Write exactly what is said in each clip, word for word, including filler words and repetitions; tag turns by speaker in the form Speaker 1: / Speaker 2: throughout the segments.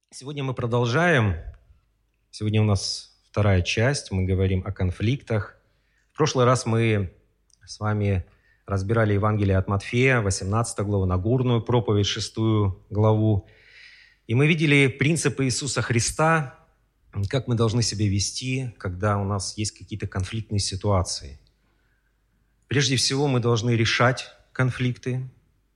Speaker 1: Сегодня мы продолжаем. Сегодня у нас вторая часть. Мы говорим о конфликтах. В прошлый раз мы с вами разбирали Евангелие от Матфея, восемнадцатую главу, Нагорную проповедь, шестую главу. И мы видели принципы Иисуса Христа, как мы должны себя вести, когда у нас есть какие-то конфликтные ситуации. Прежде всего, мы должны решать конфликты,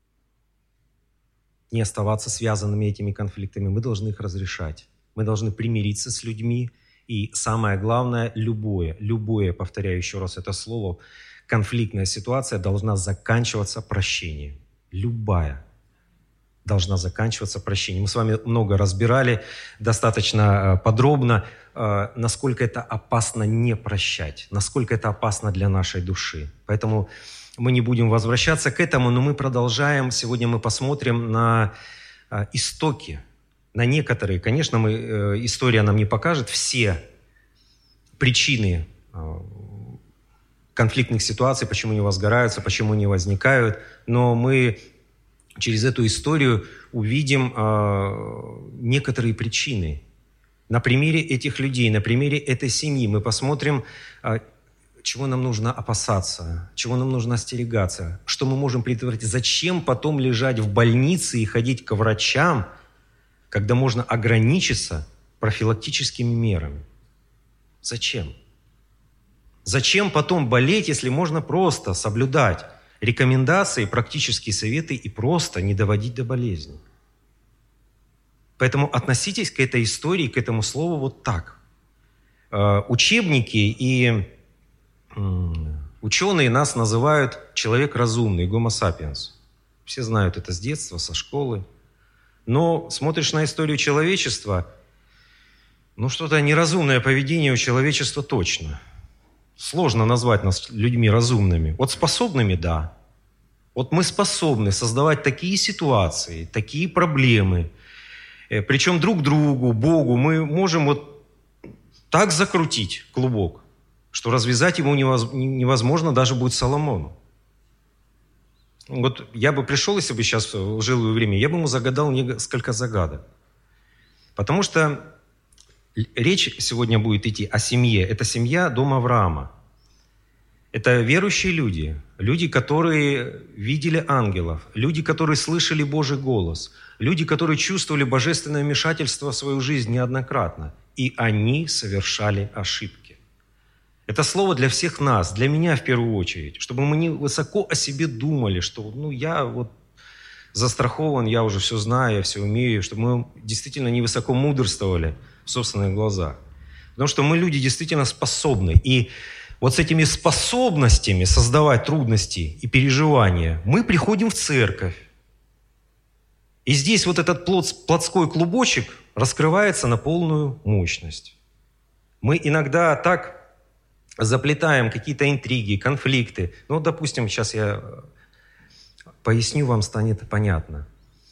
Speaker 1: не оставаться связанными этими конфликтами, мы должны их разрешать. Мы должны примириться с людьми. И самое главное, любое, любое, повторяю еще раз это слово, конфликтная ситуация должна заканчиваться прощением. Любая должна заканчиваться прощением. Мы с вами много разбирали, достаточно подробно, насколько это опасно не прощать, насколько это опасно для нашей души. Поэтому мы не будем возвращаться к этому, но мы продолжаем. Сегодня мы посмотрим на истоки, на некоторые. Конечно, мы, история нам не покажет все причины конфликтных ситуаций, почему они возгораются, почему они возникают, но мы через эту историю увидим некоторые причины. На примере этих людей, на примере этой семьи мы посмотрим, чего нам нужно опасаться, чего нам нужно остерегаться, что мы можем предотвратить. Зачем потом лежать в больнице и ходить к врачам, когда можно ограничиться профилактическими мерами? Зачем? Зачем потом болеть, если можно просто соблюдать рекомендации, практические советы и просто не доводить до болезни? Поэтому относитесь к этой истории, к этому слову вот так. Учебники и ученые нас называют человек разумный, гомо сапиенс. Все знают это с детства, со школы. Но смотришь на историю человечества, ну что-то неразумное поведение у человечества точно. Сложно назвать нас людьми разумными. Вот способными – да. Вот мы способны создавать такие ситуации, такие проблемы, причем друг другу, Богу мы можем вот так закрутить клубок, что развязать его невозможно даже будет Соломону. Вот я бы пришел, если бы сейчас жил в время, я бы ему загадал несколько загадок. Потому что речь сегодня будет идти о семье. Это семья дома Авраама. Это верующие люди, люди, которые видели ангелов, люди, которые слышали Божий голос, люди, которые чувствовали божественное вмешательство в свою жизнь неоднократно. И они совершали ошибки. Это слово для всех нас, для меня в первую очередь, чтобы мы не высоко о себе думали, что ну я вот застрахован, я уже все знаю, я все умею, чтобы мы действительно не высоко мудрствовали в собственных глазах. Потому что мы люди действительно способны. И вот с этими способностями создавать трудности и переживания мы приходим в церковь. И здесь вот этот плотс, плотской клубочек раскрывается на полную мощность. Мы иногда так заплетаем какие-то интриги, конфликты. Ну, допустим, сейчас я поясню, вам станет понятно.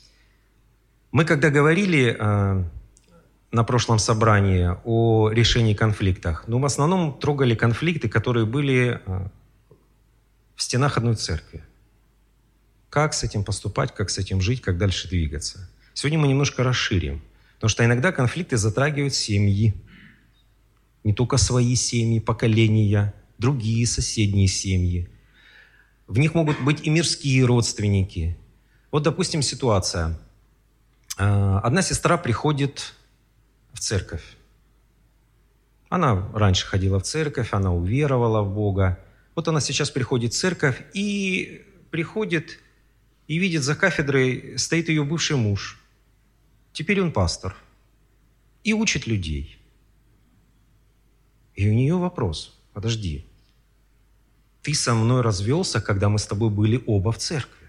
Speaker 1: Мы когда говорили э, на прошлом собрании о решении конфликтов, ну, в основном трогали конфликты, которые были э, в стенах одной церкви. Как с этим поступать, как с этим жить, как дальше двигаться. Сегодня мы немножко расширим, потому что иногда конфликты затрагивают семьи. Не только свои семьи, поколения, другие соседние семьи. В них могут быть и мирские родственники. Вот, допустим, ситуация. Одна сестра приходит в церковь. Она раньше ходила в церковь, она уверовала в Бога. Вот она сейчас приходит в церковь и приходит и видит, за кафедрой стоит ее бывший муж. Теперь он пастор. И учит людей. И у нее вопрос. Подожди. Ты со мной развелся, когда мы с тобой были оба в церкви.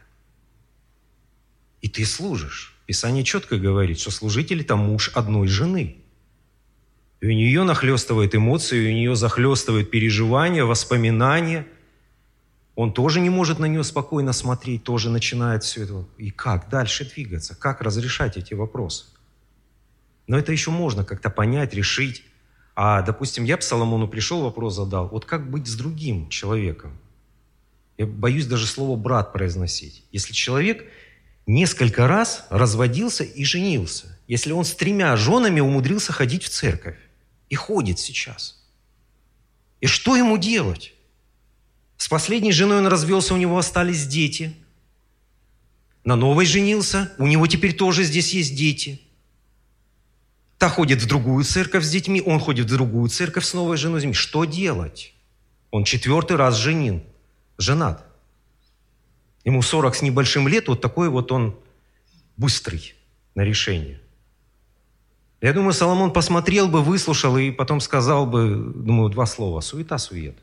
Speaker 1: И ты служишь. Писание четко говорит, что служитель – это муж одной жены. И у нее нахлестывает эмоции, у нее захлестывает переживания, воспоминания. Он тоже не может на нее спокойно смотреть, тоже начинает все это. И как дальше двигаться? Как разрешать эти вопросы? Но это еще можно как-то понять, решить. А, допустим, я бы Соломону пришел, вопрос задал, вот как быть с другим человеком? Я боюсь даже слово «брат» произносить. Если человек несколько раз разводился и женился, если он с тремя женами умудрился ходить в церковь и ходит сейчас? И что ему делать? С последней женой он развелся, у него остались дети. На новой женился, у него теперь тоже здесь есть дети. Та ходит в другую церковь с детьми, он ходит в другую церковь с новой женой с детьми. Что делать? Он четвертый раз женин, женат. Ему сорок с небольшим лет, вот такой вот он быстрый на решение. Я думаю, Соломон посмотрел бы, выслушал и потом сказал бы, думаю, два слова: суета-сует.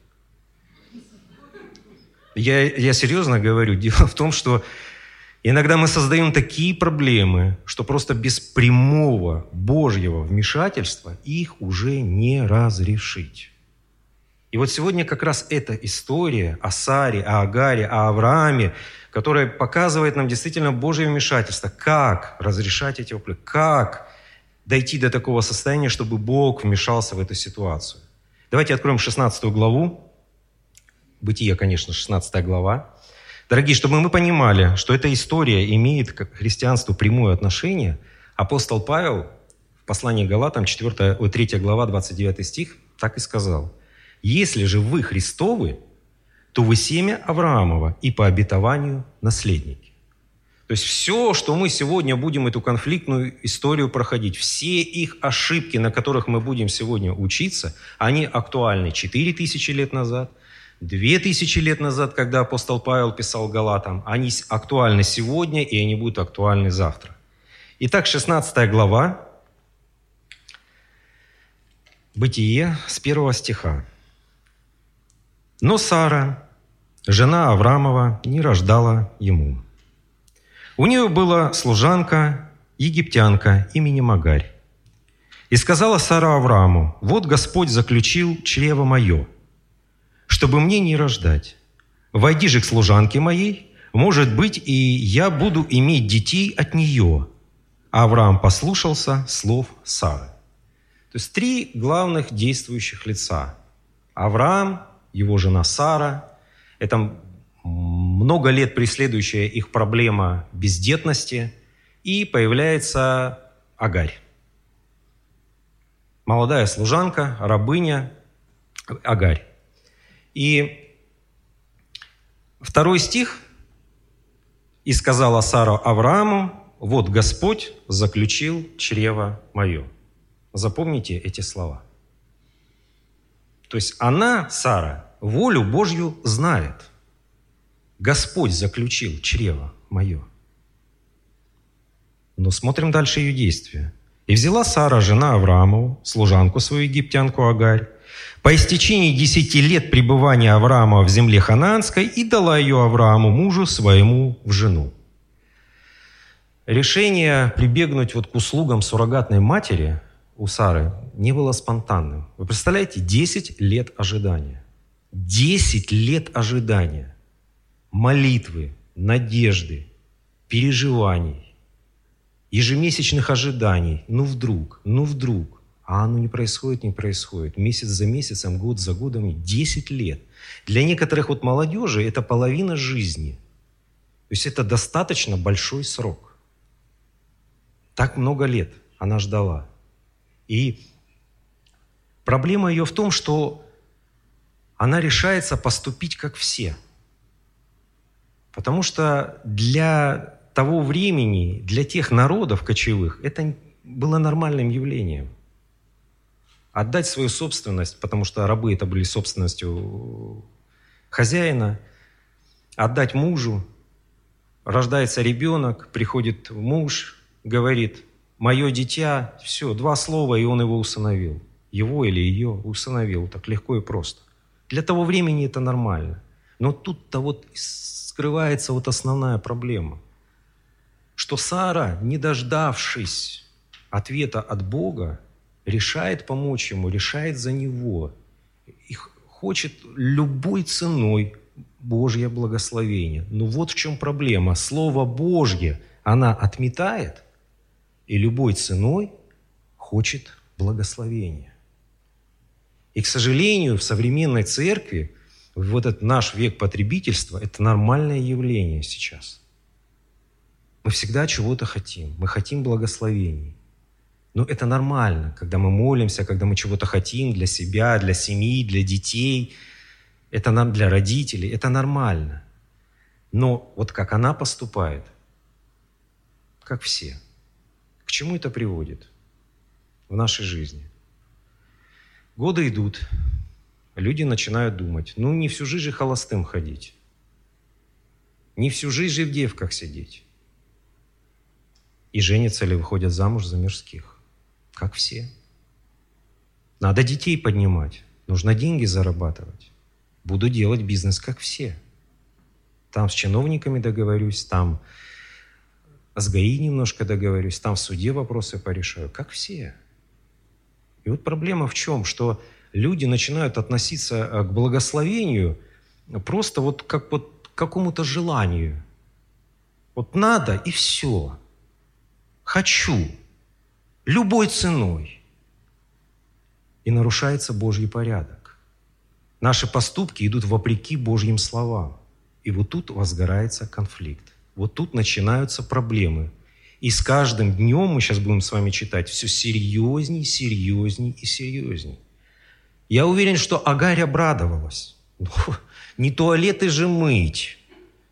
Speaker 1: Я, я серьезно говорю, дело в том, что иногда мы создаем такие проблемы, что просто без прямого Божьего вмешательства их уже не разрешить. И вот сегодня как раз эта история о Саре, о Агаре, о Аврааме, которая показывает нам действительно Божье вмешательство. Как разрешать эти вопросы? Как дойти до такого состояния, чтобы Бог вмешался в эту ситуацию? Давайте откроем шестнадцатую главу. Бытие, конечно, шестнадцатая глава. Дорогие, чтобы мы понимали, что эта история имеет к христианству прямое отношение, апостол Павел в послании к Галатам, четвёртая, третья глава, двадцать девятый стих, так и сказал: «Если же вы Христовы, то вы семя Авраамова и по обетованию наследники». То есть все, что мы сегодня будем эту конфликтную историю проходить, все их ошибки, на которых мы будем сегодня учиться, они актуальны четыре тысячи лет назад, две тысячи лет назад, когда апостол Павел писал Галатам, они актуальны сегодня, и они будут актуальны завтра. Итак, шестнадцатая глава, Бытие, с первого стиха. «Но Сара, жена Авраамова, не рождала ему. У нее была служанка, египтянка именем Агарь. И сказала Сара Аврааму: вот Господь заключил чрево мое, чтобы мне не рождать. Войди же к служанке моей, может быть, и я буду иметь детей от нее». А Авраам послушался слов Сары. То есть три главных действующих лица. Авраам, его жена Сара. Это много лет преследующая их проблема бездетности. И появляется Агарь. Молодая служанка, рабыня Агарь. И второй стих. «И сказала Сара Аврааму: вот Господь заключил чрево мое». Запомните эти слова. То есть она, Сара, волю Божью знает. Господь заключил чрево мое. Но смотрим дальше ее действия. «И взяла Сара, жена Авраамову, служанку свою египтянку Агарь, по истечении десяти лет пребывания Авраама в земле ханаанской, и дала ее Аврааму, мужу своему, в жену». Решение прибегнуть вот к услугам суррогатной матери у Сары не было спонтанным. Вы представляете, десять лет ожидания. десять лет ожидания. Молитвы, надежды, переживаний, ежемесячных ожиданий. Ну вдруг, ну вдруг. А оно не происходит, не происходит. Месяц за месяцем, год за годом. десять лет. Для некоторых вот молодежи это половина жизни. То есть это достаточно большой срок. Так много лет она ждала. И проблема ее в том, что она решается поступить как все. Потому что для того времени, для тех народов кочевых, это было нормальным явлением. Отдать свою собственность, потому что рабы это были собственностью хозяина, отдать мужу, рождается ребенок, приходит муж, говорит: «Мое дитя», все, два слова, и он его усыновил. Его или ее усыновил, так легко и просто. Для того времени это нормально. Но тут-то вот скрывается вот основная проблема, что Сара, не дождавшись ответа от Бога, решает помочь ему, решает за него. И хочет любой ценой Божье благословение. Но вот в чем проблема. Слово Божье она отметает, и любой ценой хочет благословения. И, к сожалению, в современной церкви, в этот наш век потребительства, это нормальное явление сейчас. Мы всегда чего-то хотим. Мы хотим благословений. Но это нормально, когда мы молимся, когда мы чего-то хотим для себя, для семьи, для детей. Это нам для родителей, это нормально. Но вот как она поступает, как все, к чему это приводит в нашей жизни? Годы идут, люди начинают думать, ну не всю жизнь же холостым ходить, не всю жизнь же в девках сидеть. И женятся или выходят замуж за мирских, как все. Надо детей поднимать, нужно деньги зарабатывать. Буду делать бизнес, как все. Там с чиновниками договорюсь, там с ГАИ немножко договорюсь, там в суде вопросы порешаю, как все. И вот проблема в чем? Что люди начинают относиться к благословению просто вот как вот к какому-то желанию. Вот надо и все. Хочу. Любой ценой. И нарушается Божий порядок. Наши поступки идут вопреки Божьим словам. И вот тут возгорается конфликт. Вот тут начинаются проблемы. И с каждым днем, мы сейчас будем с вами читать, все серьезней, серьезней и серьезней. Я уверен, что Агарь обрадовалась. Ну, не туалеты же мыть.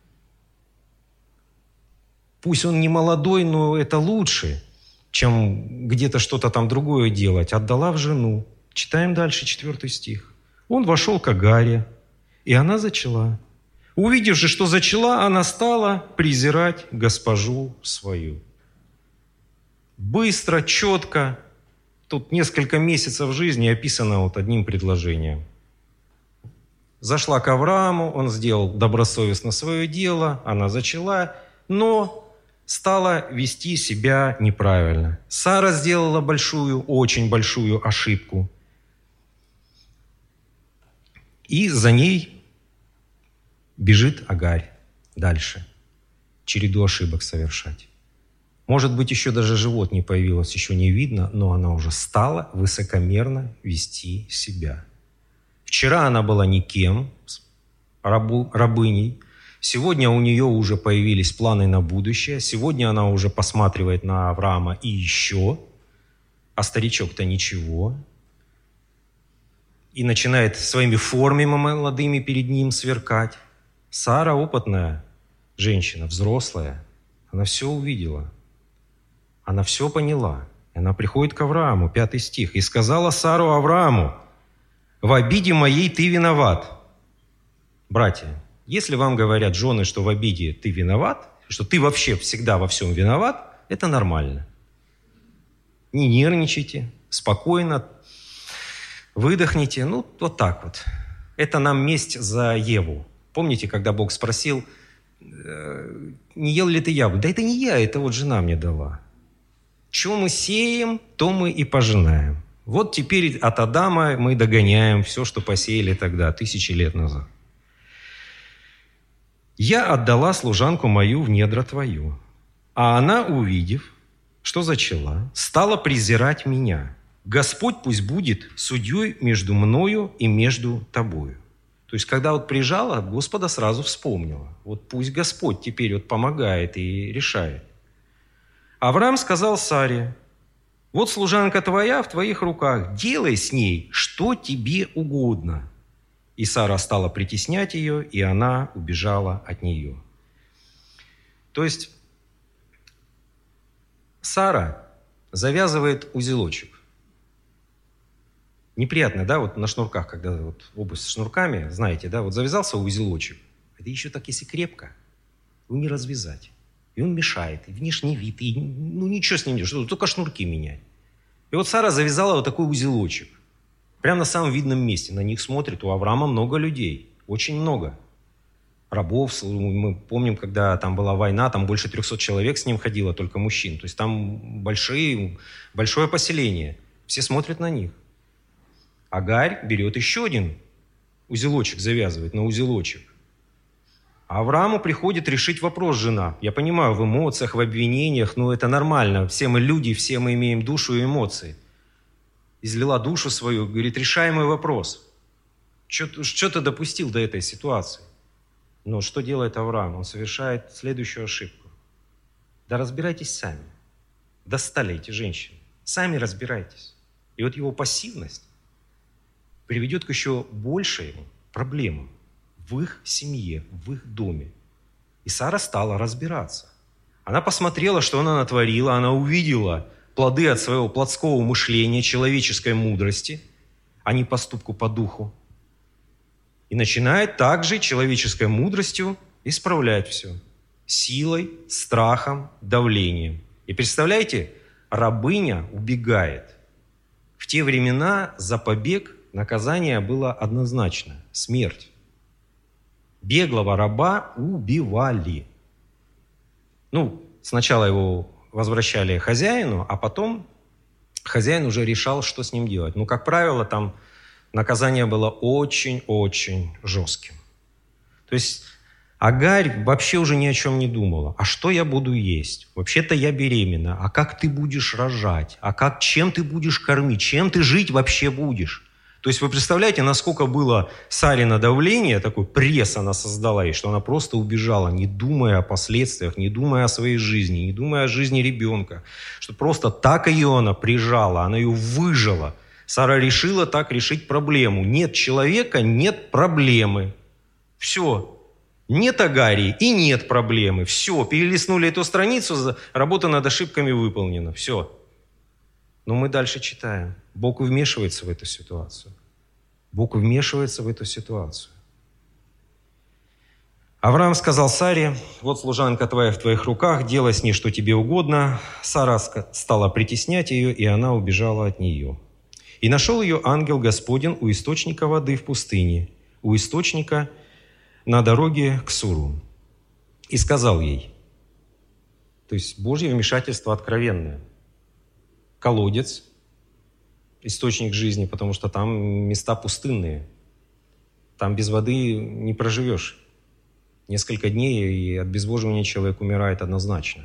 Speaker 1: Пусть он не молодой, но это лучше, чем где-то что-то там другое делать. Отдала в жену. Читаем дальше четвертый стих. Он вошел к Агаре, и она зачала. Увидев же, что зачала, она стала презирать госпожу свою. Быстро, четко. Тут несколько месяцев жизни описано вот одним предложением. Зашла к Аврааму, он сделал добросовестно свое дело, она зачала, но стала вести себя неправильно. Сара сделала большую, очень большую ошибку. И за ней бежит Агарь дальше, череду ошибок совершать. Может быть, еще даже живот не появилось, еще не видно, но она уже стала высокомерно вести себя. Вчера она была никем, рабу, рабыней. Сегодня у нее уже появились планы на будущее. Сегодня она уже посматривает на Авраама и еще, а старичок-то ничего. И начинает своими формами молодыми перед ним сверкать. Сара опытная женщина, взрослая, она все увидела. Она все поняла. Она приходит к Аврааму, пятый стих. «И сказала Сару Аврааму, в обиде моей ты виноват». Братья, если вам говорят жены, что в обиде ты виноват, что ты вообще всегда во всем виноват, это нормально. Не нервничайте, спокойно, выдохните. Ну, вот так вот. Это нам месть за Еву. Помните, когда Бог спросил, не ел ли ты яблоку? Да это не я, это вот жена мне дала. Что мы сеем, то мы и пожинаем. Вот теперь от Адама мы догоняем все, что посеяли тогда, тысячи лет назад. «Я отдала служанку мою в недра твою, а она, увидев, что зачала, стала презирать меня. Господь пусть будет судьей между мною и между тобою». То есть, когда вот прижала, Господа сразу вспомнила. Вот пусть Господь теперь вот помогает и решает. Авраам сказал Саре, вот служанка твоя в твоих руках, делай с ней, что тебе угодно. И Сара стала притеснять ее, и она убежала от нее. То есть Сара завязывает узелочек. Неприятно, да, вот на шнурках, когда вот обувь с шнурками, знаете, да, вот завязался узелочек. Это еще так, если крепко, его не развязать. И он мешает, и внешний вид, и ну ничего с ним не делать, только шнурки менять. И вот Сара завязала вот такой узелочек. Прямо на самом видном месте. На них смотрит. У Авраама много людей. Очень много. Рабов. Мы помним, когда там была война, там больше трехсот человек с ним ходило, только мужчин. То есть там большие, большое поселение. Все смотрят на них. Агарь берет еще один узелочек, завязывает на узелочек. А Аврааму приходит решить вопрос жена. Я понимаю, в эмоциях, в обвинениях, но это нормально. Все мы люди, все мы имеем душу и эмоции. Излила душу свою, говорит, решай мой вопрос. Что, что ты допустил до этой ситуации? Но что делает Авраам? Он совершает следующую ошибку. Да разбирайтесь сами. Достали эти женщины. Сами разбирайтесь. И вот его пассивность приведет к еще большим проблемам в их семье, в их доме. И Сара стала разбираться. Она посмотрела, что она натворила, она увидела плоды от своего плотского мышления, человеческой мудрости, а не поступку по духу. И начинает также человеческой мудростью исправлять все. Силой, страхом, давлением. И представляете, рабыня убегает. В те времена за побег наказание было однозначно – смерть. Беглого раба убивали. Ну, сначала его возвращали хозяину, а потом хозяин уже решал, что с ним делать. Ну, как правило, там наказание было очень-очень жестким. То есть Агарь вообще уже ни о чем не думала. А что я буду есть? Вообще-то я беременна. А как ты будешь рожать? А как, чем ты будешь кормить? Чем ты жить вообще будешь? То есть вы представляете, насколько было Сарино давление, такой пресс она создала ей, что она просто убежала, не думая о последствиях, не думая о своей жизни, не думая о жизни ребенка. Что просто так ее она прижала, она ее выжила. Сара решила так решить проблему. Нет человека, нет проблемы. Все. Нет Агарии и нет проблемы. Все. Перелистнули эту страницу, работа над ошибками выполнена. Все. Но мы дальше читаем. Бог вмешивается в эту ситуацию. Бог вмешивается в эту ситуацию. Авраам сказал Саре: «Вот служанка твоя в твоих руках, делай с ней, что тебе угодно». Сара стала притеснять ее, и она убежала от нее. И нашел ее ангел Господень у источника воды в пустыне, у источника на дороге к Суру. И сказал ей, то есть Божье вмешательство откровенное, колодец, источник жизни, потому что там места пустынные. Там без воды не проживешь. Несколько дней, и от обезвоживания человек умирает однозначно.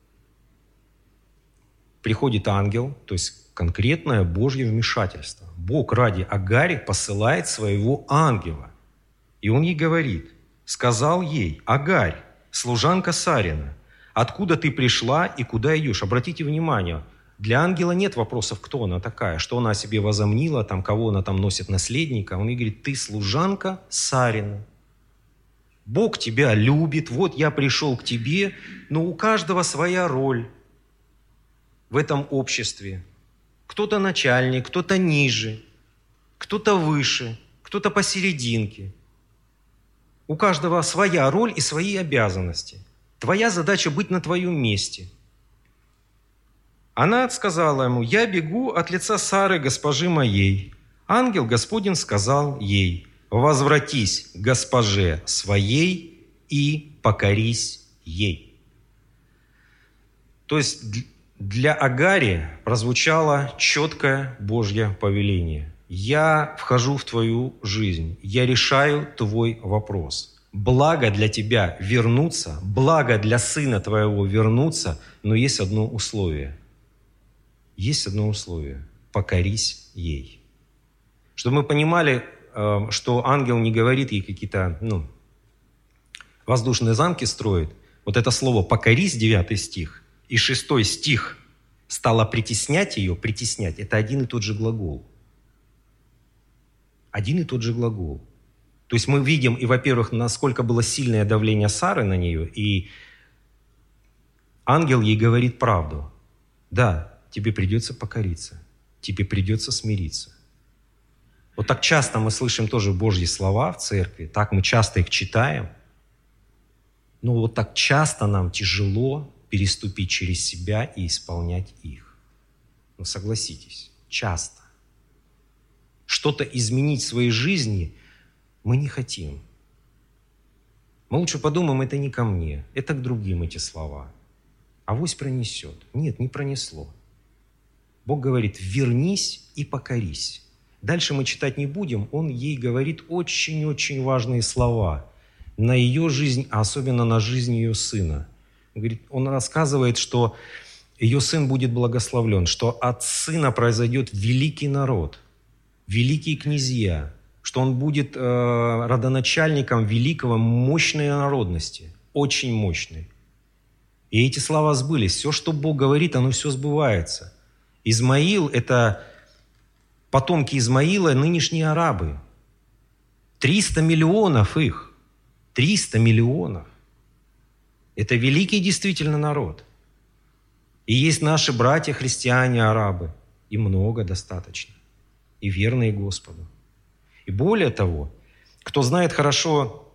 Speaker 1: Приходит ангел, то есть конкретное Божье вмешательство. Бог ради Агари посылает своего ангела. И он ей говорит, сказал ей: «Агарь, служанка Сарина, откуда ты пришла и куда идешь?» Обратите внимание, для ангела нет вопросов, кто она такая, что она о себе возомнила, там, кого она там носит наследника. Он ей говорит: ты служанка Сарина. Бог тебя любит, вот я пришел к тебе, но у каждого своя роль в этом обществе. Кто-то начальник, кто-то ниже, кто-то выше, кто-то посерединке. У каждого своя роль и свои обязанности. Твоя задача быть на твоем месте. Она сказала ему: «Я бегу от лица Сары, госпожи моей». Ангел Господень сказал ей: «Возвратись к госпоже своей и покорись ей». То есть для Агари прозвучало четкое Божье повеление. «Я вхожу в твою жизнь, я решаю твой вопрос. Благо для тебя вернуться, благо для сына твоего вернуться, но есть одно условие. Есть одно условие – покорись ей». Чтобы мы понимали, что ангел не говорит ей какие-то ну, воздушные замки строит. Вот это слово «покорись», девятый стих, и шестой стих «стало притеснять ее», «притеснять» – это один и тот же глагол. Один и тот же глагол. То есть мы видим, и, во-первых, насколько было сильное давление Сары на нее, и ангел ей говорит правду. Да, тебе придется покориться, тебе придется смириться. Вот так часто мы слышим тоже Божьи слова в церкви, так мы часто их читаем, но вот так часто нам тяжело переступить через себя и исполнять их. Ну согласитесь, часто. Что-то изменить в своей жизни мы не хотим. Мы лучше подумаем, это не ко мне, это к другим эти слова. Авось пронесет. Нет, не пронесло. Бог говорит: вернись и покорись. Дальше мы читать не будем, Он ей говорит очень-очень важные слова на ее жизнь, а особенно на жизнь ее сына. Он рассказывает, что ее сын будет благословлен, что от сына произойдет великий народ, великие князья, что он будет э, родоначальником великого, мощной народности, очень мощной. И эти слова сбылись. Все, что Бог говорит, оно все сбывается. Измаил – это потомки Измаила, нынешние арабы. триста миллионов их. триста миллионов. Это великий действительно народ. И есть наши братья-христиане, арабы. И много достаточно. И верные Господу. И более того, кто знает хорошо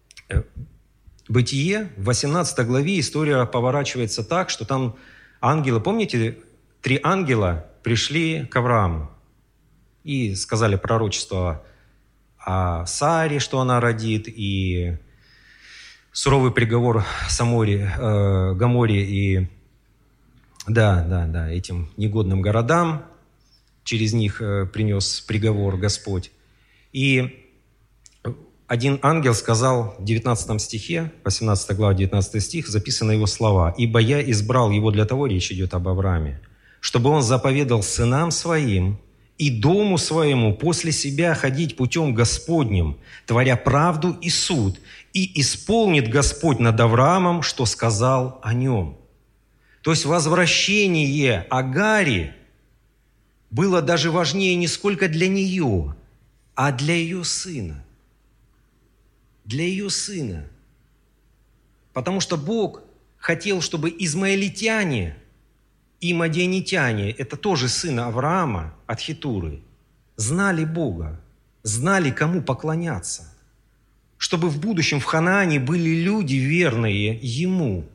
Speaker 1: Бытие, в восемнадцатой главе история поворачивается так, что там ангелы, помните, три ангела пришли к Аврааму и сказали пророчество о Саре, что она родит, и суровый приговор Саморе, э, Гоморе и да, да, да, этим негодным городам. Через них э, принес приговор Господь. И один ангел сказал в девятнадцатом стихе, восемнадцатая глава, девятнадцатый стих, записаны его слова: «Ибо я избрал его для того», речь идет об Аврааме, «чтобы он заповедал сынам своим и дому своему после себя ходить путем Господним, творя правду и суд, и исполнит Господь над Авраамом, что сказал о нем». То есть возвращение Агари было даже важнее не сколько для нее, а для ее сына. Для ее сына. Потому что Бог хотел, чтобы измаилитяне и мадианитяне, это тоже сыны Авраама от Хетуры, знали Бога, знали, кому поклоняться. Чтобы в будущем в Ханаане были люди верные Ему.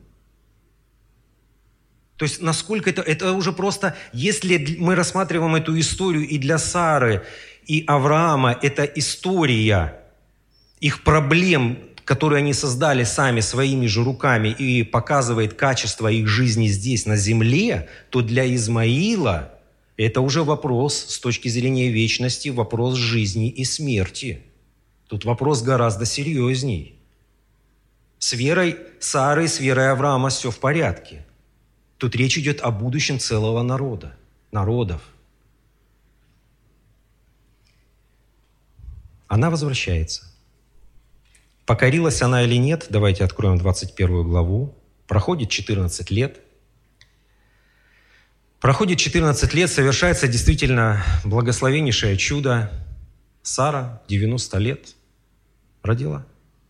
Speaker 1: То есть насколько это, это уже просто, если мы рассматриваем эту историю и для Сары, и Авраама, это история их проблем, которые они создали сами своими же руками, и показывает качество их жизни здесь, на земле, то для Измаила это уже вопрос с точки зрения вечности, вопрос жизни и смерти. Тут вопрос гораздо серьезней. С верой Сары и с верой Авраама все в порядке. Тут речь идет о будущем целого народа, народов. Она возвращается. Покорилась она или нет? Давайте откроем двадцать первую главу. Проходит четырнадцать лет. Проходит четырнадцать лет, совершается действительно благословеннейшее чудо. Сара, девяносто лет, родила.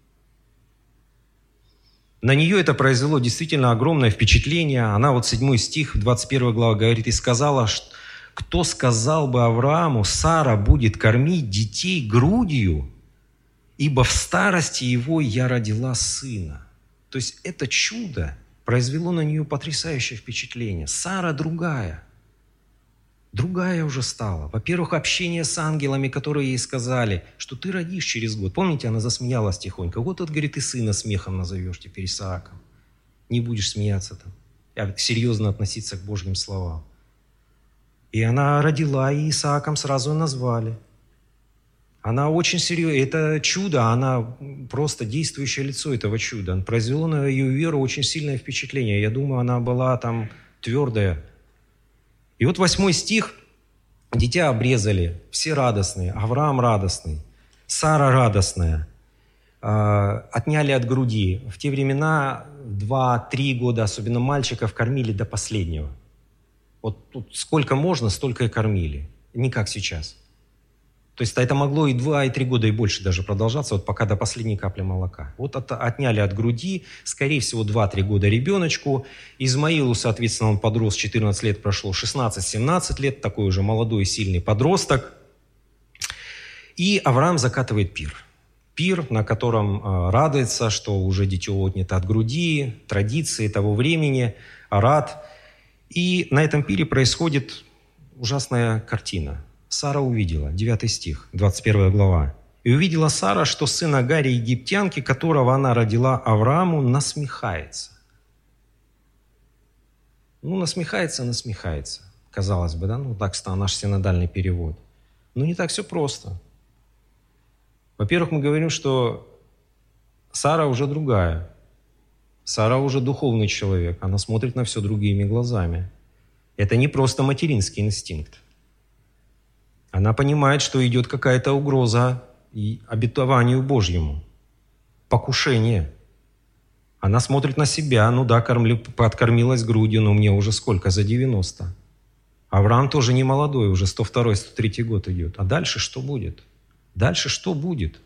Speaker 1: На нее это произвело действительно огромное впечатление. Она, вот седьмой стих, двадцать первая глава говорит: «И сказала, кто сказал бы Аврааму, Сара будет кормить детей грудью, ибо в старости его я родила сына». То есть это чудо произвело на нее потрясающее впечатление. Сара другая. Другая уже стала. Во-первых, общение с ангелами, которые ей сказали, что ты родишь через год. Помните, она засмеялась тихонько. Вот это, говорит, ты сына смехом назовешь теперь Исааком. Не будешь смеяться там, а серьезно относиться к Божьим словам. И она родила, и Исааком сразу назвали. Она очень серьезно, это чудо, она просто действующее лицо этого чуда. Произвело на ее веру очень сильное впечатление. Я думаю, она была там твердая. И вот восьмой стих. Дитя обрезали, все радостные. Авраам радостный, Сара радостная. Отняли от груди. В те времена два-три года, особенно мальчиков, кормили до последнего. Вот тут сколько можно, столько и кормили. Не как сейчас. То есть это могло и два, и три года, и больше даже продолжаться, вот пока до последней капли молока. Вот от, отняли от груди, скорее всего, два-три года ребеночку. Измаилу, соответственно, он подрос, четырнадцать лет прошло, шестнадцать-семнадцать лет, такой уже молодой, сильный подросток. И Авраам закатывает пир. Пир, на котором э, радуется, что уже дитё отнято от груди, традиции того времени, арат. И на этом пире происходит ужасная картина. Сара увидела, девятый стих, двадцать первая глава. «И увидела Сара, что сын Агари египтянки, которого она родила Аврааму, насмехается». Ну, насмехается, насмехается. Казалось бы, да? Ну, так стал наш синодальный перевод. Но не так все просто. Во-первых, мы говорим, что Сара уже другая. Сара уже духовный человек. Она смотрит на все другими глазами. Это не просто материнский инстинкт. Она понимает, что идет какая-то угроза и обетованию Божьему. Покушение. Она смотрит на себя. Ну да, кормли, подкормилась грудью, но мне уже сколько? За девяносто. Авраам тоже не молодой, уже сто второй, сто третий год идет. А дальше что будет? Дальше что будет?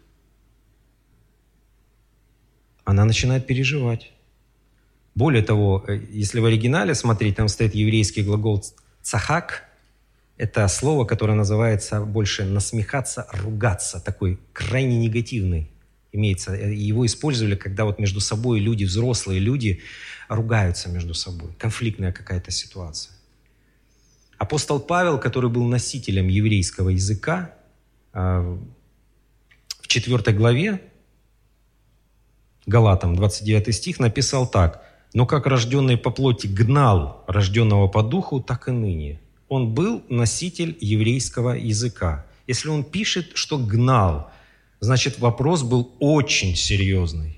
Speaker 1: Она начинает переживать. Более того, если в оригинале смотреть, там стоит еврейский глагол «цахак». Это слово, которое называется больше «насмехаться», «ругаться», такой крайне негативный. Имеется. Его использовали, когда вот между собой люди, взрослые люди, ругаются между собой. Конфликтная какая-то ситуация. Апостол Павел, который был носителем еврейского языка, в четвёртой главе, Галатам, двадцать девятый стих, написал так: «Но как рожденный по плоти гнал рожденного по духу, так и ныне». Он был носитель еврейского языка. Если он пишет, что гнал, значит, вопрос был очень серьезный.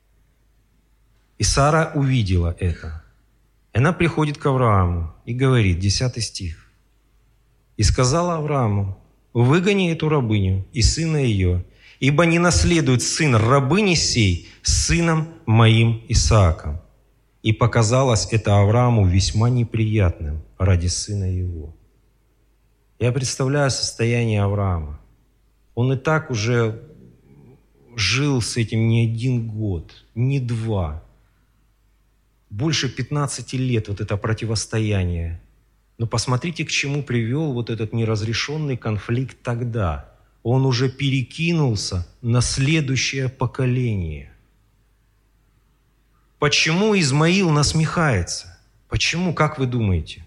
Speaker 1: И Сара увидела это. Она приходит к Аврааму и говорит, десятый стих. «И сказала Аврааму: выгони эту рабыню и сына ее, ибо не наследует сын рабыни сей с сыном моим Исааком». И показалось это Аврааму весьма неприятным ради сына его. Я представляю состояние Авраама. Он и так уже жил с этим не один год, не два. Больше пятнадцати лет вот это противостояние. Но посмотрите, к чему привел вот этот неразрешенный конфликт тогда. Он уже перекинулся на следующее поколение. Почему Измаил насмехается? Почему, как вы думаете?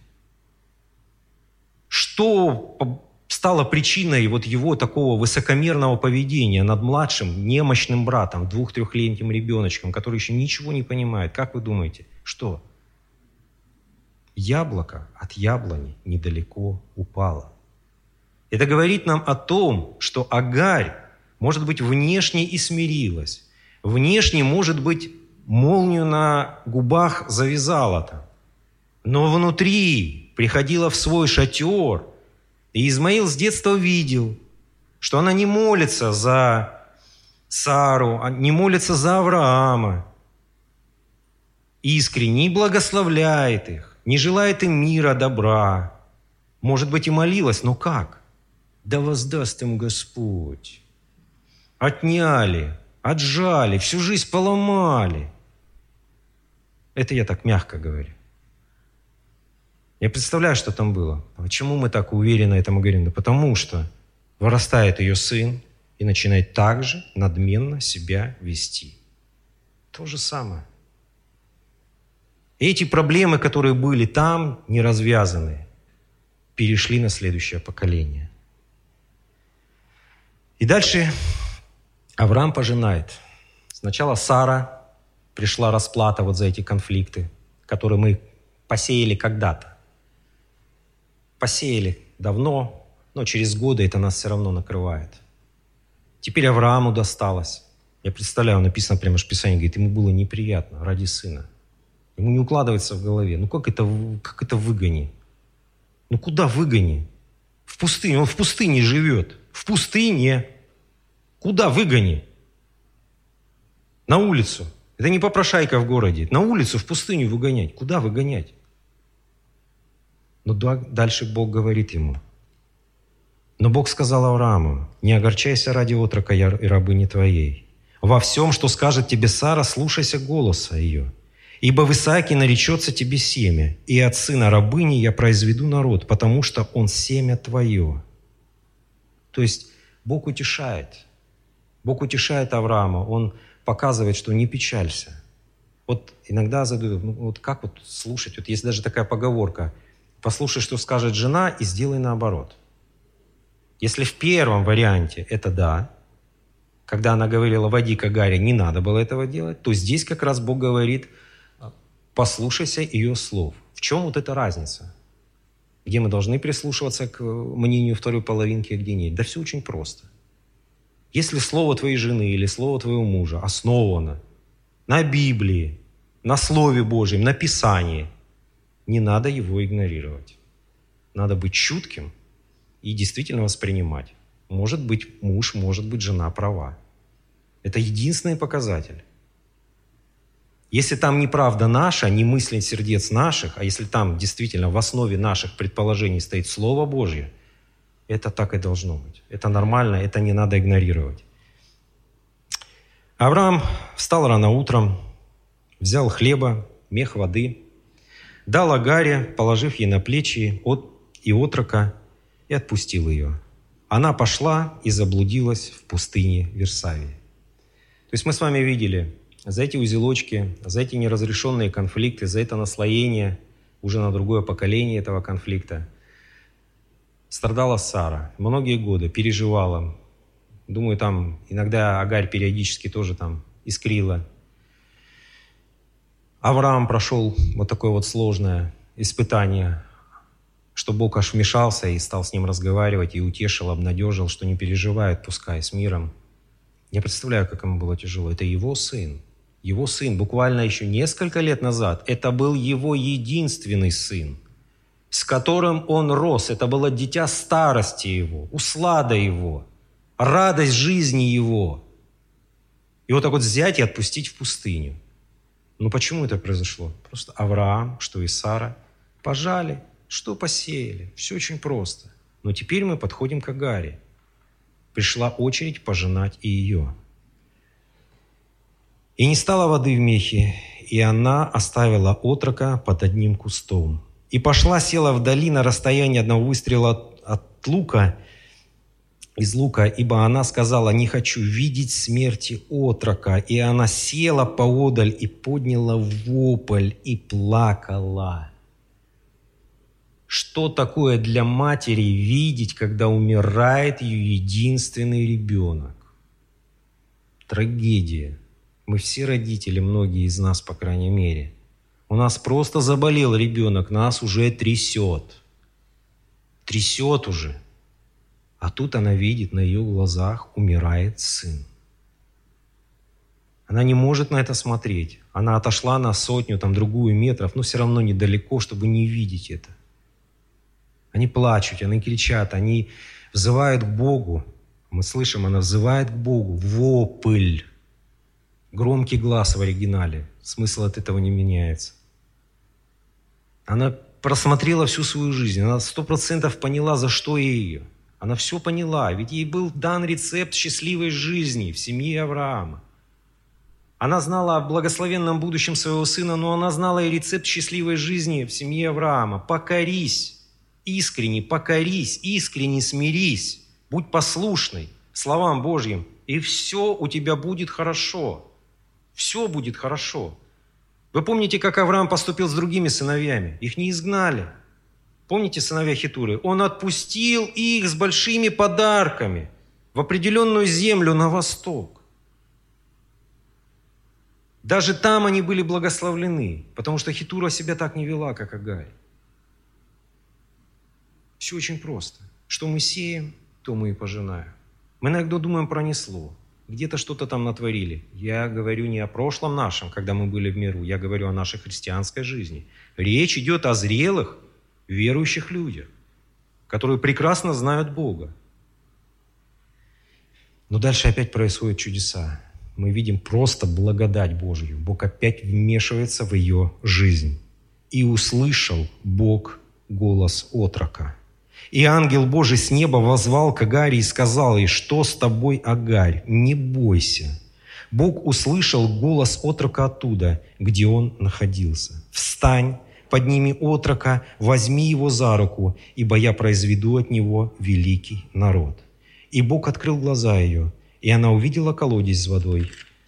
Speaker 1: Что стало причиной вот его такого высокомерного поведения над младшим, немощным братом, двух-трехлетним ребеночком, который еще ничего не понимает? Как вы думаете? Что? Яблоко от яблони недалеко упало. Это говорит нам о том, что Агарь, может быть, внешне и смирилась. Внешне, может быть, молнию на губах завязала там. Но внутри приходила в свой шатер. И Измаил с детства видел, что она не молится за Сару, не молится за Авраама. Искренне не благословляет их, не желает им мира, добра. Может быть, и молилась, но как? Да воздаст им Господь. Отняли, отжали, всю жизнь поломали. Это я так мягко говорю. Я представляю, что там было. Почему мы так уверенно этому говорим? Да потому что вырастает ее сын и начинает так же надменно себя вести. То же самое. Эти проблемы, которые были там, не развязаны, перешли на следующее поколение. И дальше Авраам пожинает. Сначала Сара, пришла расплата вот за эти конфликты, которые мы посеяли когда-то. Посеяли давно, но через годы это нас все равно накрывает. Теперь Аврааму досталось. Я представляю, написано прямо в Писании, говорит, ему было неприятно ради сына. Ему не укладывается в голове. Ну как это, как это выгони? Ну куда выгони? В пустыне. Он в пустыне живет. В пустыне. Куда выгони? На улицу. Это не попрошайка в городе. На улицу, в пустыню выгонять. Куда выгонять? Но дальше Бог говорит ему. Но Бог сказал Аврааму: не огорчайся ради отрока и рабыни твоей. Во всем, что скажет тебе Сара, слушайся голоса ее. Ибо в Исааке наречется тебе семя, и от сына рабыни я произведу народ, потому что он семя твое. То есть Бог утешает. Бог утешает Авраама. Он показывает, что не печалься. Вот иногда задают, ну вот как вот слушать? Вот есть даже такая поговорка: послушай, что скажет жена, и сделай наоборот. Если в первом варианте это да, когда она говорила «води к Агаре», не надо было этого делать, то здесь как раз Бог говорит: послушайся ее слов. В чем вот эта разница? Где мы должны прислушиваться к мнению второй половинки, а где нет? Да все очень просто. Если слово твоей жены или слово твоего мужа основано на Библии, на Слове Божьем, на Писании, не надо его игнорировать. Надо быть чутким и действительно воспринимать. Может быть, муж, может быть, жена права. Это единственный показатель. Если там не правда наша, не мысли сердец наших, а если там действительно в основе наших предположений стоит Слово Божье, это так и должно быть. Это нормально, это не надо игнорировать. Авраам встал рано утром, взял хлеба, мех воды, дал Агаре, положив ей на плечи и отрока, и отпустил ее. Она пошла и заблудилась в пустыне Версавии. То есть мы с вами видели, за эти узелочки, за эти неразрешенные конфликты, за это наслоение уже на другое поколение этого конфликта страдала Сара. Многие годы переживала. Думаю, там иногда Агарь периодически тоже там искрила. Авраам прошел вот такое вот сложное испытание, что Бог аж вмешался и стал с ним разговаривать, и утешил, обнадежил, что не переживает, пускай, с миром. Я представляю, как ему было тяжело. Это его сын. Его сын буквально еще несколько лет назад, это был его единственный сын, с которым он рос. Это было дитя старости его, услада его, радость жизни его. И вот так вот взять и отпустить в пустыню. Ну почему это произошло? Просто Авраам, что и Сара, пожали, что посеяли. Все очень просто. Но теперь мы подходим к Агаре. Пришла очередь пожинать и ее. И не стало воды в мехе, и она оставила отрока под одним кустом. И пошла, села вдали на расстоянии одного выстрела от, от лука, из лука, ибо она сказала: «Не хочу видеть смерти отрока». И она села поодаль и подняла вопль и плакала. Что такое для матери видеть, когда умирает ее единственный ребенок? Трагедия. Мы все родители, многие из нас, по крайней мере. У нас просто заболел ребенок, нас уже трясет. Трясет уже. А тут она видит, на ее глазах умирает сын. Она не может на это смотреть. Она отошла на сотню, там, другую метров, но все равно недалеко, чтобы не видеть это. Они плачут, они кричат, они взывают к Богу. Мы слышим, она взывает к Богу. Вопль. Громкий глаз в оригинале. Смысл от этого не меняется. Она просмотрела всю свою жизнь. Она сто процентов поняла, за что ее. Она все поняла. Ведь ей был дан рецепт счастливой жизни в семье Авраама. Она знала о благословенном будущем своего сына, но она знала и рецепт счастливой жизни в семье Авраама. Покорись. Искренне покорись, искренне смирись. Будь послушной словам Божьим, и все у тебя будет хорошо. Все будет хорошо. Вы помните, как Авраам поступил с другими сыновьями? Их не изгнали. Помните сыновья Хетуры? Он отпустил их с большими подарками в определенную землю на восток. Даже там они были благословлены, потому что Хетура себя так не вела, как Агарь. Все очень просто. Что мы сеем, то мы и пожинаем. Мы иногда думаем, пронесло. Где-то что-то там натворили. Я говорю не о прошлом нашем, когда мы были в миру. Я говорю о нашей христианской жизни. Речь идет о зрелых, верующих людях, которые прекрасно знают Бога. Но дальше опять происходят чудеса. Мы видим просто благодать Божью. Бог опять вмешивается в ее жизнь. «И услышал Бог голос отрока. И ангел Божий с неба воззвал к Агаре и сказал ей: что с тобой, Агарь? Не бойся. Бог услышал голос отрока оттуда, где он находился. Встань, подними отрока, возьми его за руку, ибо я произведу от него великий народ». И Бог открыл глаза ее, и она увидела колодец с водой.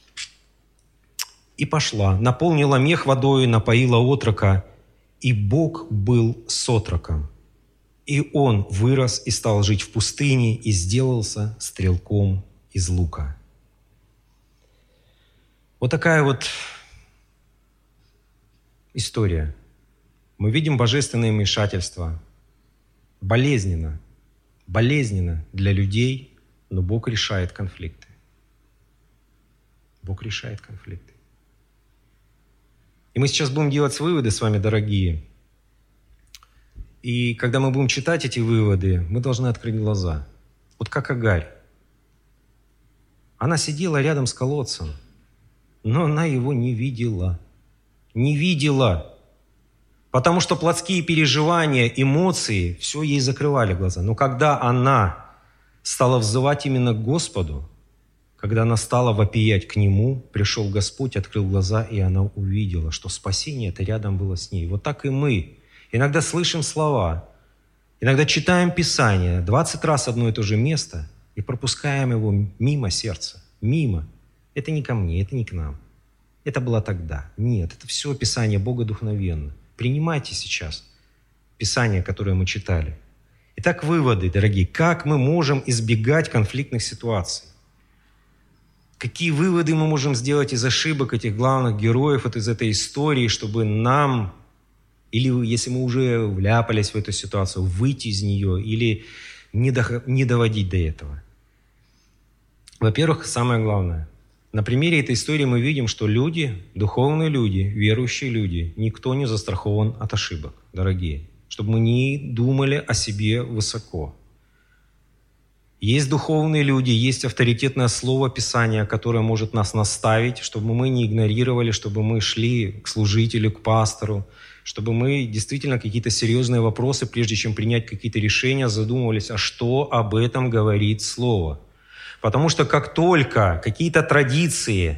Speaker 1: И пошла, наполнила мех водой, напоила отрока, и Бог был с отроком. И он вырос и стал жить в пустыне, и сделался стрелком из лука. Вот такая вот история. Мы видим божественное вмешательство. Болезненно. Болезненно для людей, но Бог решает конфликты. Бог решает конфликты. И мы сейчас будем делать выводы с вами, дорогие. И когда мы будем читать эти выводы, мы должны открыть глаза. Вот как Агарь. Она сидела рядом с колодцем, но она его не видела. не видела. Потому что плотские переживания, эмоции, все ей закрывали глаза. Но когда она стала взывать именно к Господу, когда она стала вопиять к Нему, пришел Господь, открыл глаза, и она увидела, что спасение это рядом было с ней. Вот так и мы. Иногда слышим слова, иногда читаем Писание, двадцать раз одно и то же место, и пропускаем его мимо сердца, мимо. Это не ко мне, это не к нам. Это было тогда. Нет, это все Писание богодухновенно. Принимайте сейчас Писание, которое мы читали. Итак, выводы, дорогие. Как мы можем избегать конфликтных ситуаций? Какие выводы мы можем сделать из ошибок этих главных героев, вот из этой истории, чтобы нам, или если мы уже вляпались в эту ситуацию, выйти из нее или не, до, не доводить до этого? Во-первых, самое главное, на примере этой истории мы видим, что люди, духовные люди, верующие люди, никто не застрахован от ошибок, дорогие, чтобы мы не думали о себе высоко. Есть духовные люди, есть авторитетное слово Писания, которое может нас наставить, чтобы мы не игнорировали, чтобы мы шли к служителю, к пастору, чтобы мы действительно какие-то серьезные вопросы, прежде чем принять какие-то решения, задумывались, а что об этом говорит Слово. Потому что как только какие-то традиции,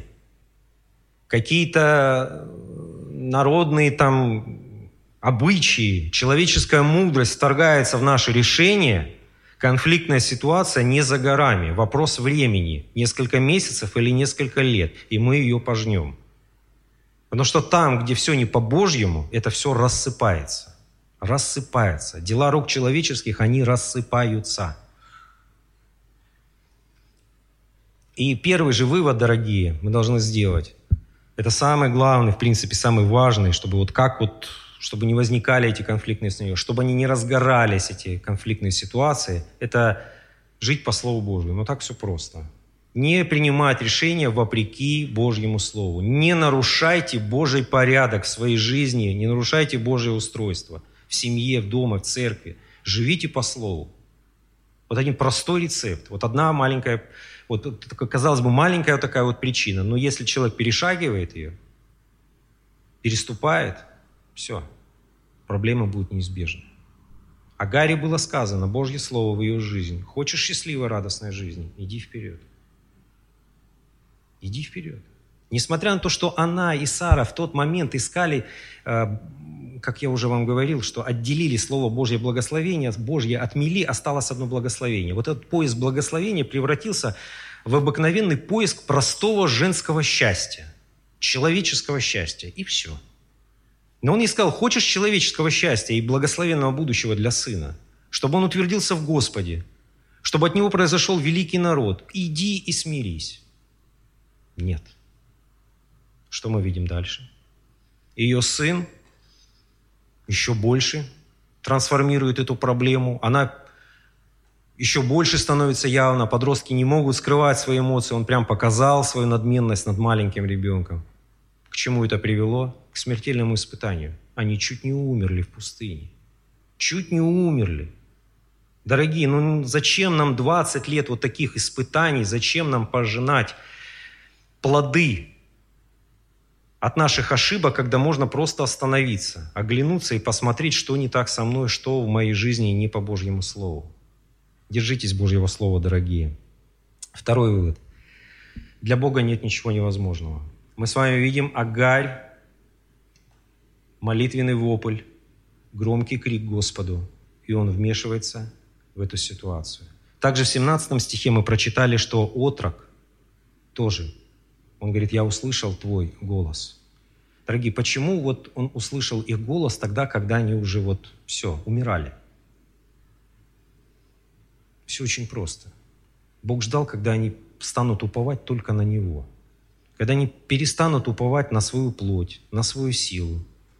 Speaker 1: какие-то народные там обычаи, человеческая мудрость вторгается в наши решения, конфликтная ситуация не за горами. Вопрос времени. Несколько месяцев или несколько лет. И мы ее пожнем. Потому что там, где все не по-божьему, это все рассыпается. Рассыпается. Дела рук человеческих, они рассыпаются. И первый же вывод, дорогие, мы должны сделать. Это самый главный, в принципе, самый важный, чтобы вот как вот... чтобы не возникали эти конфликтные ситуации, чтобы они не разгорались, эти конфликтные ситуации, это жить по Слову Божьему. Но так все просто. Не принимать решения вопреки Божьему Слову. Не нарушайте Божий порядок в своей жизни, не нарушайте Божье устройство в семье, в доме, в церкви. Живите по Слову. Вот один простой рецепт. Вот одна маленькая, вот казалось бы, маленькая такая вот причина, но если человек перешагивает ее, переступает, все, проблема будет неизбежна. Агаре было сказано, Божье Слово в ее жизни. Хочешь счастливой, радостной жизни? Иди вперед. Иди вперед. Несмотря на то, что она и Сара в тот момент искали, э, как я уже вам говорил, что отделили Слово Божье благословение, Божье отмели, осталось одно благословение. Вот этот поиск благословения превратился в обыкновенный поиск простого женского счастья, человеческого счастья, и все. Но он ей сказал, хочешь человеческого счастья и благословенного будущего для сына, чтобы он утвердился в Господе, чтобы от него произошел великий народ, иди и смирись. Нет. Что мы видим дальше? Ее сын еще больше трансформирует эту проблему, она еще больше становится явно, подростки не могут скрывать свои эмоции, он прям показал свою надменность над маленьким ребенком. К чему это привело? К смертельному испытанию. Они чуть не умерли в пустыне. Чуть не умерли. Дорогие, ну зачем нам двадцать лет вот таких испытаний? Зачем нам пожинать плоды от наших ошибок, когда можно просто остановиться, оглянуться и посмотреть, что не так со мной, что в моей жизни не по Божьему Слову? Держитесь Божьего Слова, дорогие. Второй вывод. Для Бога нет ничего невозможного. Мы с вами видим Агарь, молитвенный вопль, громкий крик Господу, и Он вмешивается в эту ситуацию. Также в семнадцатом стихе мы прочитали, что отрок тоже, он говорит, я услышал твой голос. Дорогие, почему вот он услышал их голос тогда, когда они уже вот все, умирали? Все очень просто. Бог ждал, когда они станут уповать только на Него. Когда они перестанут уповать на свою плоть, на свою силу.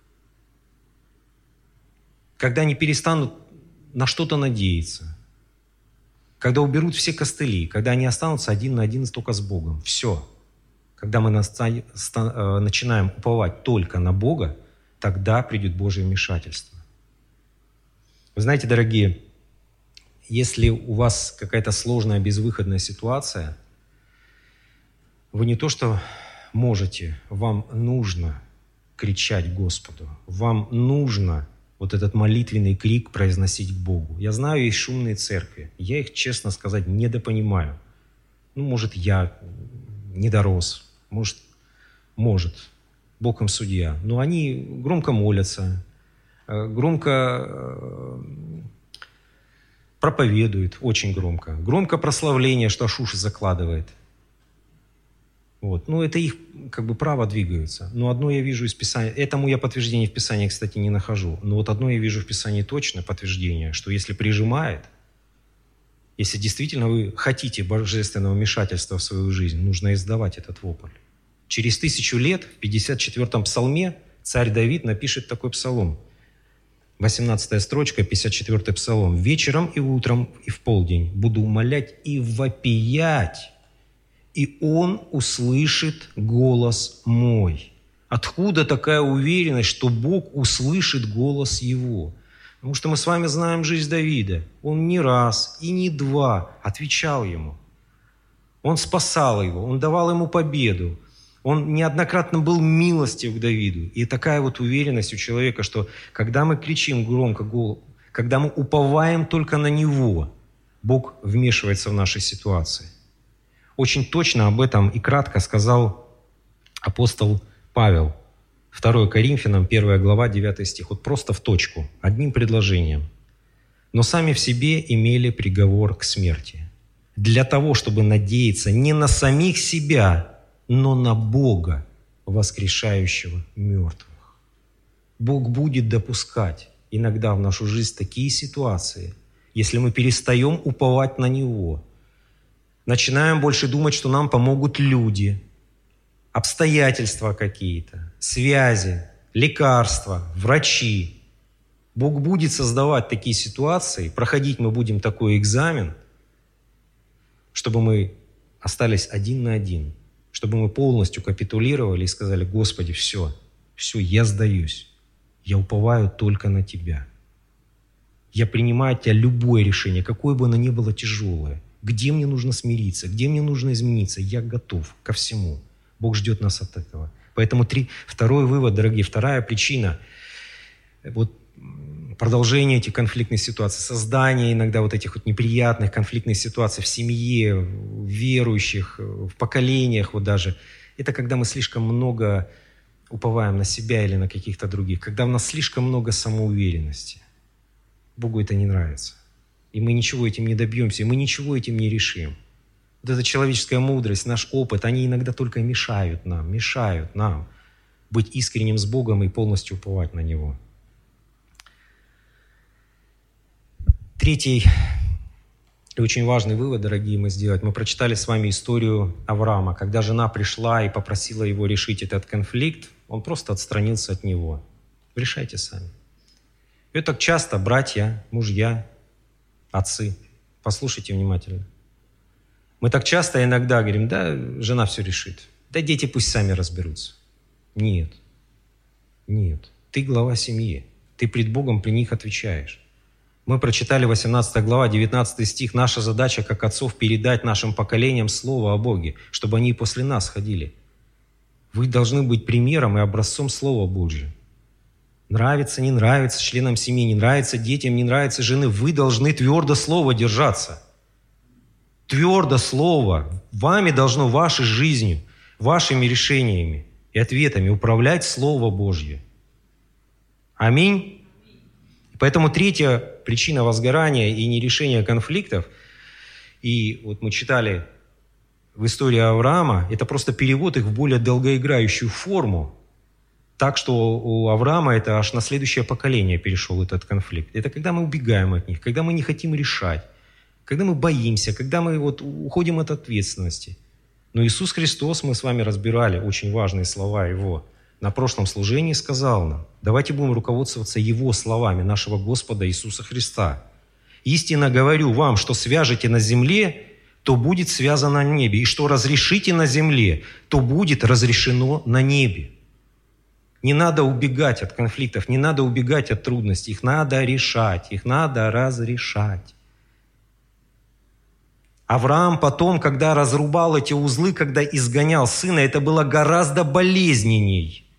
Speaker 1: Когда они перестанут на что-то надеяться. Когда уберут все костыли. Когда они останутся один на один только с Богом. Все. Когда мы начинаем уповать только на Бога, тогда придет Божье вмешательство. Вы знаете, дорогие, если у вас какая-то сложная, безвыходная ситуация, вы не то что можете, вам нужно кричать Господу. Вам нужно вот этот молитвенный крик произносить к Богу. Я знаю, есть шумные церкви. Я их, честно сказать, недопонимаю. Ну, может, я не дорос. Может, может. Бог им судья. Но они громко молятся, громко проповедуют, очень громко. Громко прославление, что аж уши закладывает. Вот. Ну, это их как бы право двигаются. Но одно я вижу из Писания, этому я подтверждение в Писании, кстати, не нахожу. Но вот одно я вижу в Писании точно подтверждение, что если прижимает, если действительно вы хотите божественного вмешательства в свою жизнь, нужно издавать этот вопль. Через тысячу лет, в пятьдесят четвёртом псалме, царь Давид напишет такой псалом. восемнадцатая строчка, пятьдесят четвёртый псалом. «Вечером и утром и в полдень буду умолять и вопиять, и Он услышит голос мой». Откуда такая уверенность, что Бог услышит голос Его? Потому что мы с вами знаем жизнь Давида. Он не раз и не два отвечал Ему. Он спасал его, Он давал ему победу. Он неоднократно был милостив к Давиду. И такая вот уверенность у человека, что когда мы кричим громко, когда мы уповаем только на Него, Бог вмешивается в наши ситуации. Очень точно об этом и кратко сказал апостол Павел. второе Коринфянам, первая глава, девятый стих. Вот просто в точку, одним предложением. «Но сами в себе имели приговор к смерти, для того, чтобы надеяться не на самих себя, но на Бога, воскрешающего мертвых». Бог будет допускать иногда в нашу жизнь такие ситуации, если мы перестаем уповать на Него, начинаем больше думать, что нам помогут люди, обстоятельства какие-то, связи, лекарства, врачи. Бог будет создавать такие ситуации, проходить мы будем такой экзамен, чтобы мы остались один на один, чтобы мы полностью капитулировали и сказали: «Господи, все, все, я сдаюсь, я уповаю только на Тебя. Я принимаю от Тебя любое решение, какое бы оно ни было тяжелое. Где мне нужно смириться, где мне нужно измениться, я готов ко всему». Бог ждет нас от этого. Поэтому три, второй вывод, дорогие, вторая причина, вот продолжение этих конфликтных ситуаций, создание иногда вот этих вот неприятных конфликтных ситуаций в семье, в верующих, в поколениях вот даже, это когда мы слишком много уповаем на себя или на каких-то других, когда у нас слишком много самоуверенности. Богу это не нравится. И мы ничего этим не добьемся, и мы ничего этим не решим. Вот эта человеческая мудрость, наш опыт, они иногда только мешают нам, мешают нам быть искренним с Богом и полностью уповать на Него. Третий и очень важный вывод, дорогие, мы сделать. Мы прочитали с вами историю Авраама. Когда жена пришла и попросила его решить этот конфликт, он просто отстранился от него. Решайте сами. И так часто братья, мужья, отцы, послушайте внимательно. Мы так часто иногда говорим: да, жена все решит. Да, дети пусть сами разберутся. Нет. Нет. Ты глава семьи. Ты пред Богом при них отвечаешь. Мы прочитали восемнадцатая глава, девятнадцатый стих. Наша задача, как отцов, передать нашим поколениям Слово о Боге, чтобы они и после нас ходили. Вы должны быть примером и образцом Слова Божьего. Нравится, не нравится членам семьи, не нравится детям, не нравится жены. Вы должны твердо Слова держаться. Твердо Слово. Вами должно вашей жизнью, вашими решениями и ответами управлять Слово Божье. Аминь. Поэтому третья причина возгорания и нерешения конфликтов, и вот мы читали в истории Авраама, это просто перевод их в более долгоиграющую форму, так что у Авраама это аж на следующее поколение перешел этот конфликт. Это когда мы убегаем от них, когда мы не хотим решать, когда мы боимся, когда мы вот уходим от ответственности. Но Иисус Христос, мы с вами разбирали очень важные слова Его, на прошлом служении сказал нам: давайте будем руководствоваться Его словами, нашего Господа Иисуса Христа. «Истинно говорю вам, что свяжете на земле, то будет связано на небе, и что разрешите на земле, то будет разрешено на небе». Не надо убегать от конфликтов, не надо убегать от трудностей, их надо решать, их надо разрешать. Авраам потом, когда разрубал эти узлы, когда изгонял сына, это было гораздо болезненней,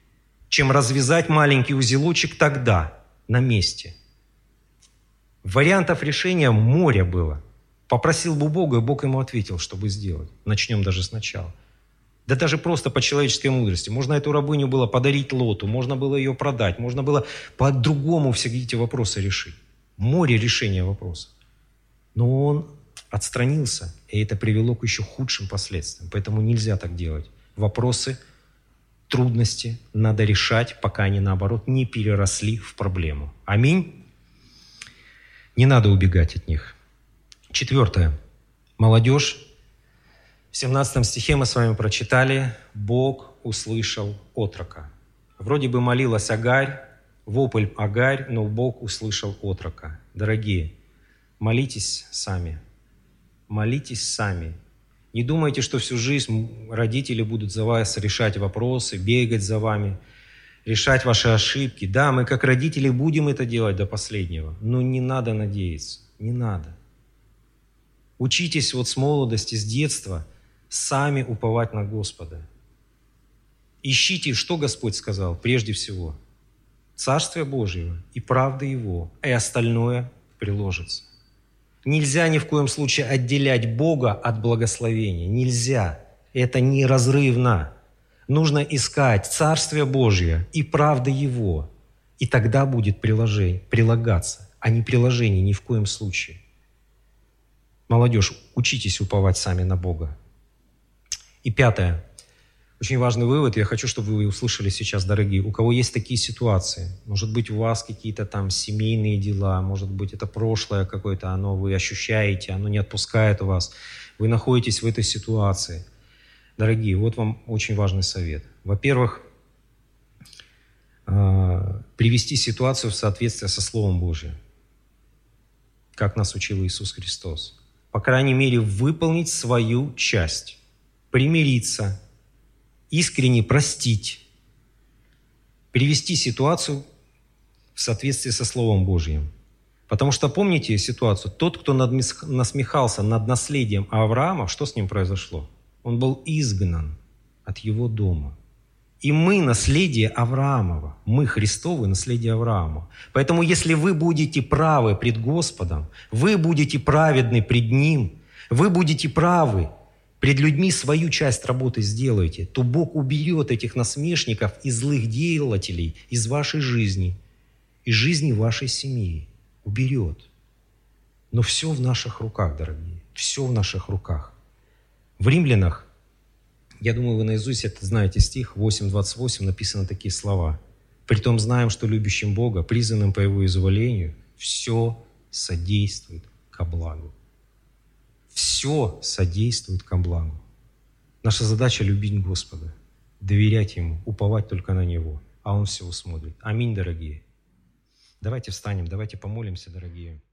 Speaker 1: чем развязать маленький узелочек тогда, на месте. Вариантов решения море было. Попросил бы Бога, и Бог ему ответил, чтобы сделать. Начнем даже сначала. Да даже просто по человеческой мудрости. Можно эту рабыню было подарить Лоту, можно было ее продать, можно было по-другому все эти вопросы решить. Море решения вопросов. Но он отстранился, и это привело к еще худшим последствиям. Поэтому нельзя так делать. Вопросы, трудности надо решать, пока они, наоборот, не переросли в проблему. Аминь. Не надо убегать от них. Четвертое. Молодежь. В семнадцатом стихе мы с вами прочитали: «Бог услышал отрока». Вроде бы молилась Агарь, вопль Агарь, но Бог услышал отрока. Дорогие, молитесь сами. Молитесь сами. Не думайте, что всю жизнь родители будут за вас решать вопросы, бегать за вами, решать ваши ошибки. Да, мы как родители будем это делать до последнего, но не надо надеяться, не надо. Учитесь вот с молодости, с детства сами уповать на Господа. Ищите, что Господь сказал прежде всего. Царствие Божьего и правды Его, и остальное приложится. Нельзя ни в коем случае отделять Бога от благословения. Нельзя. Это неразрывно. Нужно искать Царствие Божье и правды Его. И тогда будет приложение, прилагаться, а не приложение ни в коем случае. Молодежь, учитесь уповать сами на Бога. И пятое. Очень важный вывод, я хочу, чтобы вы услышали сейчас, дорогие. У кого есть такие ситуации, может быть, у вас какие-то там семейные дела, может быть, это прошлое какое-то, оно вы ощущаете, оно не отпускает вас. Вы находитесь в этой ситуации. Дорогие, вот вам очень важный совет. Во-первых, привести ситуацию в соответствие со Словом Божьим, как нас учил Иисус Христос. По крайней мере, выполнить свою часть, примириться, искренне простить, привести ситуацию в соответствии со Словом Божьим. Потому что помните ситуацию, тот, кто насмехался над наследием Авраама, что с ним произошло? Он был изгнан от его дома. И мы наследие Авраамова, мы Христовы наследие Авраама. Поэтому если вы будете правы пред Господом, вы будете праведны пред Ним, вы будете правы пред людьми, свою часть работы сделаете, то Бог уберет этих насмешников и злых делателей из вашей жизни, из жизни вашей семьи. Уберет. Но все в наших руках, дорогие. Все в наших руках. В Римлянах, я думаю, вы наизусть это знаете стих, восемь двадцать восемь, написаны такие слова. «Притом знаем, что любящим Бога, призванным по Его изволению, все содействует ко благу». Все содействует ко благу. Наша задача — любить Господа, доверять Ему, уповать только на Него, а Он все усмотрит. Аминь, дорогие. Давайте встанем, давайте помолимся, дорогие.